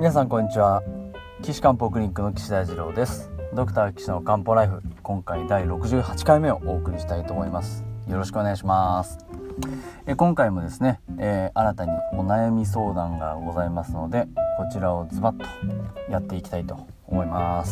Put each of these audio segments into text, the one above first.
皆さんこんにちは。岸漢方クリニックの岸大二郎です。ドクター岸の漢方ライフ、今回第68回目をお送りしたいと思います。よろしくお願いします。今回もですね、新たにお悩み相談がございますので、こちらをズバッとやっていきたいと思います。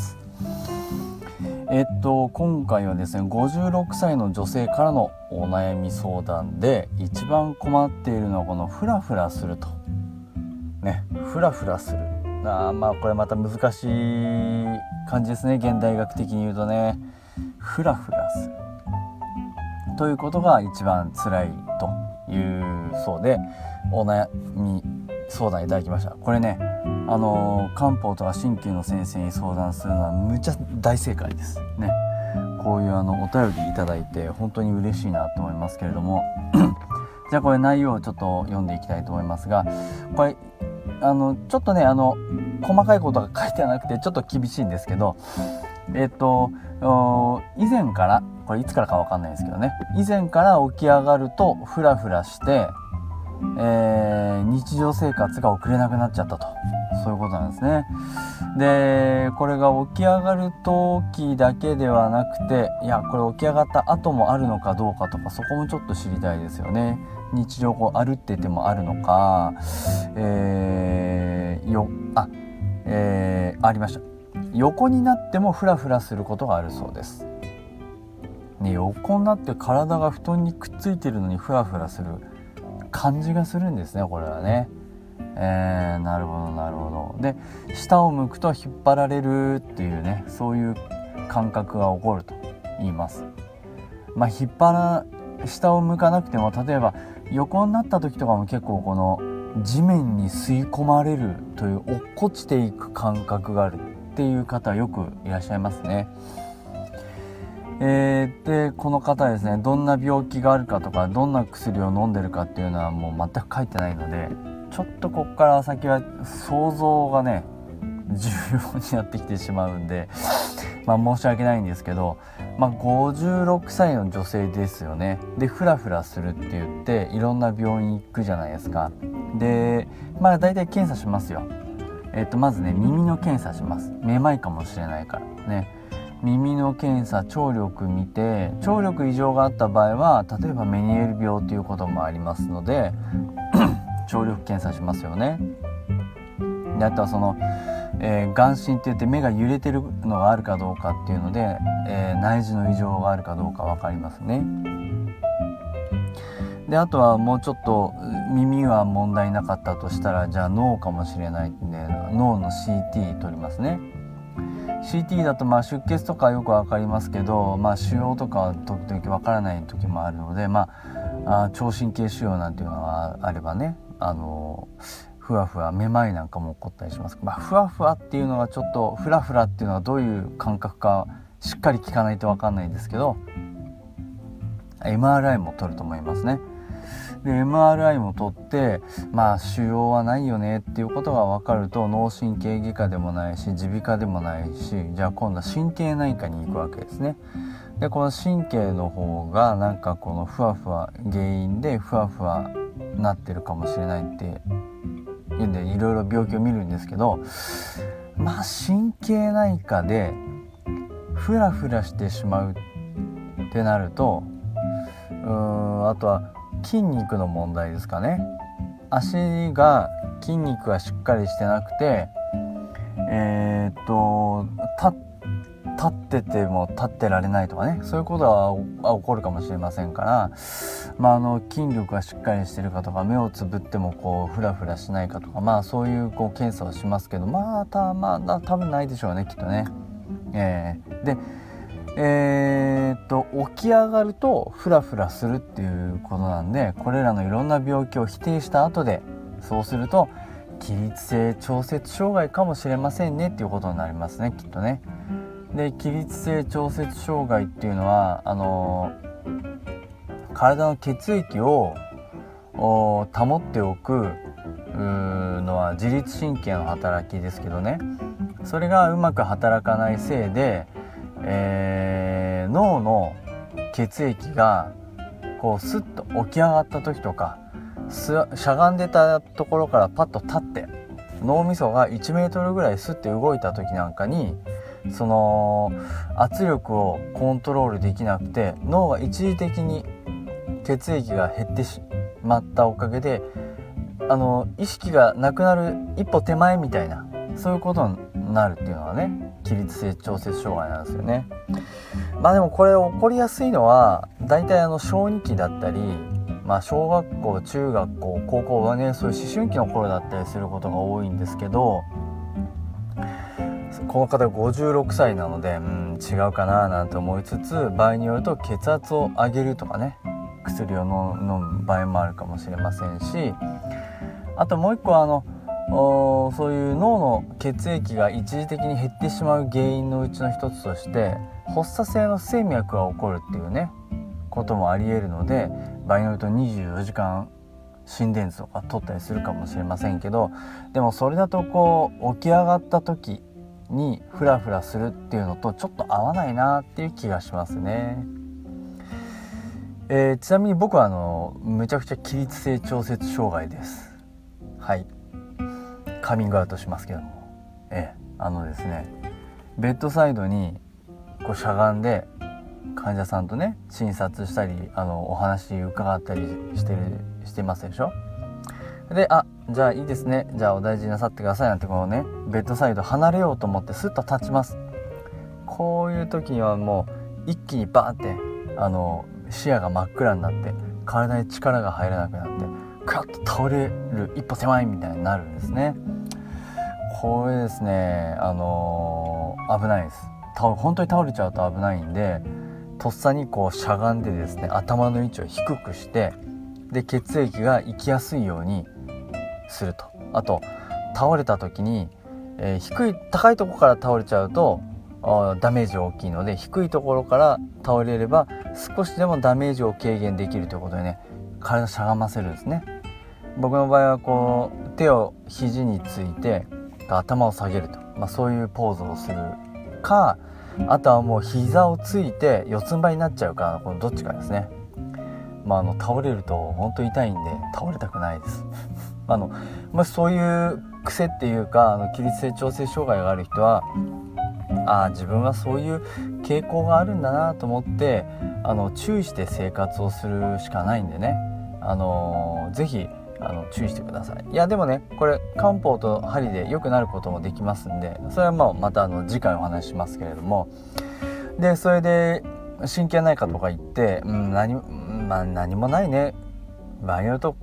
今回はですね、56歳の女性からのお悩み相談で、一番困っているのはこのフラフラするとね、フラフラする。これまた難しい感じですね。現代学的に言うとね、フラフラするということが一番辛いというそうで、お悩み相談いただきました。これね、漢方とか鍼灸の先生に相談するのはむちゃ大正解ですね。こういうお便りいただいて本当に嬉しいなと思いますけれどもじゃあこれ内容をちょっと読んでいきたいと思いますが、これちょっとね細かいことが書いてなくてちょっと厳しいんですけど、以前から、これいつからか分かんないですけどね、以前から起き上がるとフラフラして、日常生活が送れなくなっちゃったと、そういうことなんですね。でこれが起き上がる時だけではなくて、これ起き上がった後もあるのかどうかとか、そこもちょっと知りたいですよね。日常歩っててもあるのか、ありました。横になってもフラフラすることがあるそうです、ね。横になって体が布団にくっついてるのにフラフラする感じがするんですね、これはね。なるほど。で、下を向くと引っ張られるっていうね、そういう感覚が起こると言います。下を向かなくても、例えば横になった時とかも結構この地面に吸い込まれるという落っこちていく感覚があるっていう方よくいらっしゃいますね。でこの方ですね、どんな病気があるかとかどんな薬を飲んでるかっていうのはもう全く書いてないので、ちょっとこっから先は想像がね重要になってきてしまうんで、申し訳ないんですけど、56歳の女性ですよね。でフラフラするって言っていろんな病院行くじゃないですか。で大体検査しますよ。まずね、耳の検査します。めまいかもしれないからね。耳の検査、聴力見て、聴力異常があった場合は例えばメニエール病ということもありますので聴力検査しますよね。であとはその眼振って言って目が揺れてるのがあるかどうかっていうので、内耳の異常があるかどうか分かりますね。であとはもうちょっと耳は問題なかったとしたら、じゃあ脳かもしれないんで脳の CT 取りますね。 CT だと出血とかよく分かりますけど、腫瘍とかは時々分からない時もあるので、聴神経腫瘍なんていうのがあればね、ふわふわめまいなんかも起こったりします。ふわふわっていうのがちょっと、フラフラっていうのはどういう感覚かしっかり聞かないと分かんないんですけど、 MRI も取ると思いますね。で MRI も取って、腫瘍はないよねっていうことが分かると、脳神経外科でもないし耳鼻科でもないし、じゃあ今度は神経内科に行くわけですね。でこの神経の方がこのふわふわ原因でふわふわなってるかもしれないっていうんで、いろいろ病気を見るんですけど、神経内科でフラフラしてしまうってなると、あとは筋肉の問題ですかね。足が筋肉がしっかりしてなくて、立ってても立ってられないとかね、そういうことは起こるかもしれませんから、筋力がしっかりしてるかとか、目をつぶってもフラフラしないかとか、そういう検査をしますけど、多分ないでしょうね、きっとね。で起き上がるとフラフラするっていうことなんで、これらのいろんな病気を否定した後で、そうすると起立性調節障害かもしれませんねっていうことになりますね、きっとね。で起立性調節障害っていうのは体の血液を保っておくのは自律神経の働きですけどね、それがうまく働かないせいで、脳の血液がスッと起き上がった時とか、しゃがんでたところからパッと立って脳みそが1メートルぐらいスッて動いた時なんかにその圧力をコントロールできなくて脳が一時的に血液が減ってしまったおかげで意識がなくなる一歩手前みたいなそういうことになるっていうのはね起立性調節障害なんですよね。まあでもこれ起こりやすいのは大体小児期だったり、小学校中学校高校はねそういう思春期の頃だったりすることが多いんですけど、この方56歳なので違うかななんて思いつつ、場合によると血圧を上げるとかね薬を飲む場合もあるかもしれませんし、あともう一個そういう脳の血液が一時的に減ってしまう原因のうちの一つとして発作性の不整脈が起こるっていうねこともあり得るので、場合によると24時間心電図とか取ったりするかもしれませんけど、でもそれだと起き上がった時にフラフラするっていうのとちょっと合わないなっていう気がしますね。ちなみに僕はめちゃくちゃ起立性調節障害です。はい、カミングアウトしますけども、ですねベッドサイドにしゃがんで患者さんとね診察したりお話伺ったりしてますでしょ。でじゃあいいですね、じゃあお大事になさってくださいなんてベッドサイド離れようと思ってスッと立ちます。こういう時にはもう一気にバーって視野が真っ暗になって体に力が入らなくなってクラッと倒れる一歩手前みたいになるんですね。これですね危ないです。本当に倒れちゃうと危ないんで、とっさにしゃがんでですね頭の位置を低くしてで血液が行きやすいようにすると。あと倒れた時に、高いところから倒れちゃうとダメージ大きいので、低いところから倒れれば少しでもダメージを軽減できるということでね体をしゃがませるんですね。僕の場合は手を肘について頭を下げると、そういうポーズをするか、あとはもう膝をついて四つん這いになっちゃうか、どっちかですね。倒れると本当に痛いんで倒れたくないですもしそういう癖っていうか起立性調整障害がある人は自分はそういう傾向があるんだなと思って注意して生活をするしかないんでね、ぜひ注意してください。いやでもねこれ漢方と針で良くなることもできますんで、それはまた次回お話ししますけれども、でそれで神経内科とか行って、何もないね、場合によると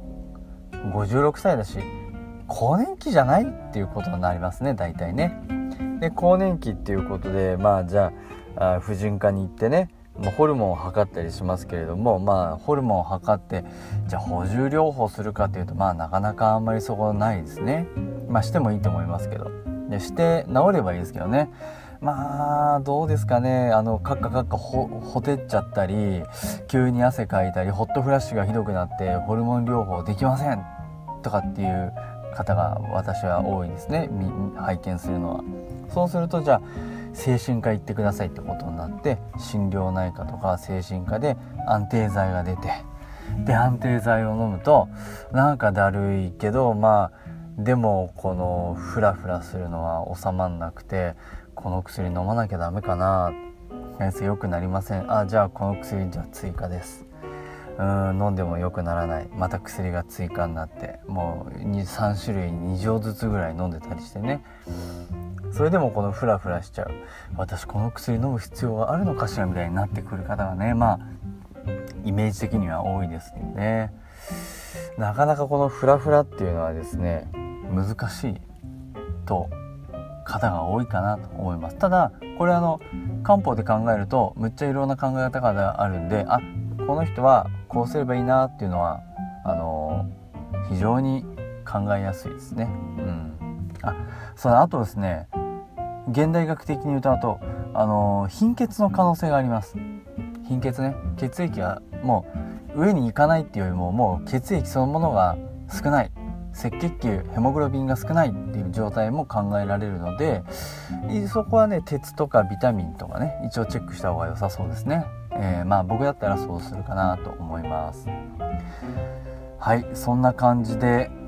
56歳だし更年期じゃないっていうことになりますね大体ね。で更年期っていうことでじゃあ婦人科に行ってねホルモンを測ったりしますけれども、ホルモンを測ってじゃあ補充療法するかっていうとなかなかあんまりそこないですね。してもいいと思いますけど、でして治ればいいですけどね。どうですかね、カッカほてっちゃったり急に汗かいたりホットフラッシュがひどくなってホルモン療法できませんとかっていう方が私は多いですね、拝見するのは。そうするとじゃあ精神科行ってくださいってことになって心療内科とか精神科で安定剤が出て、で安定剤を飲むとなんかだるいけどでもフラフラするのは収まんなくてこの薬飲まなきゃダメかな、先生良くなりません、じゃあこの薬じゃあ追加です、飲んでも良くならない、また薬が追加になってもう3種類2錠ずつぐらい飲んでたりしてね、それでもフラフラしちゃう、私この薬飲む必要があるのかしらみたいになってくる方がねイメージ的には多いですよね。なかなかフラフラっていうのはですね難しいと方が多いかなと思います。ただこれ漢方で考えるとむっちゃいろんな考え方があるんで、この人はこうすればいいなっていうのは非常に考えやすいですね。あとですね現代学的に言うと貧血の可能性があります。貧血ね、血液がもう上に行かないっていうよりももう血液そのものが少ない、赤血球ヘモグロビンが少ないっていう状態も考えられるので、そこはね鉄とかビタミンとかね一応チェックした方が良さそうですね。僕だったらそうするかなと思います。はい、そんな感じで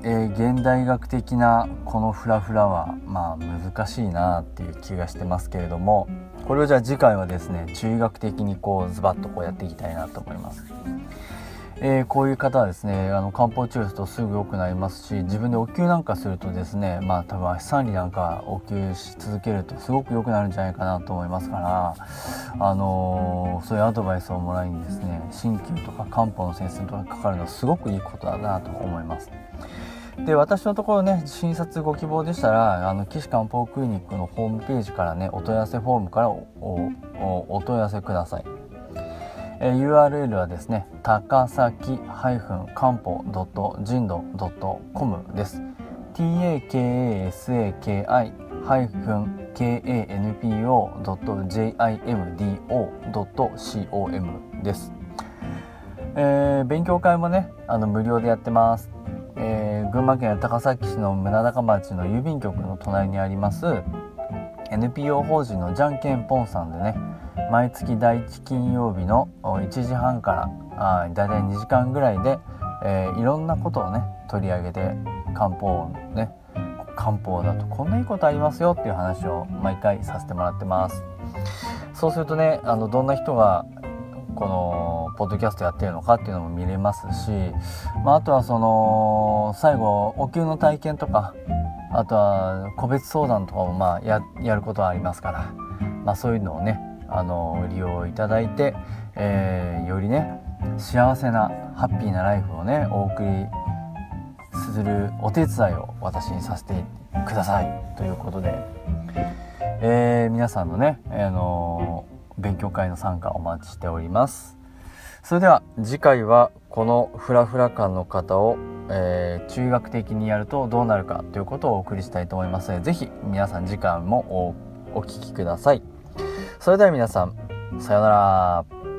現代学的なこのフラフラは難しいなっていう気がしてますけれども、これをじゃあ次回はですね中医学的にズバッとやっていきたいなと思います。こういう方はですね漢方治療するとすぐ良くなりますし、自分でお灸なんかするとですね多分足三里なんかお灸し続けるとすごく良くなるんじゃないかなと思いますから、そういうアドバイスをもらいにですね鍼灸とか漢方の先生とかかかるのはすごくいいことだなと思います。で、私のところね診察ご希望でしたら岸漢方クリニックのホームページからねお問い合わせフォームからお問い合わせください。URL はですね高崎漢方人道 .com です。 takasaki-kanpo.jimdo.com です。勉強会もね無料でやってます。群馬県高崎市の村高町の郵便局の隣にあります NPO 法人のじゃんけんぽんさんでね、毎月第1金曜日の1時半からだいたい2時間ぐらいで、いろんなことをね取り上げて漢方だとこんないいことありますよっていう話を毎回させてもらってます。そうするとねどんな人がこのポッドキャストやってるのかっていうのも見れますし、あとは最後お灸の体験とか、あとは個別相談とかもやることはありますから、そういうのをね利用いただいて、よりね幸せなハッピーなライフをねお送りするお手伝いを私にさせてくださいということで、皆さんのね、勉強会の参加お待ちしております。それでは次回はこのフラフラ感の方を、中学的にやるとどうなるかということをお送りしたいと思いますので、ぜひ皆さん次回もお聞きください。それでは皆さんさようなら。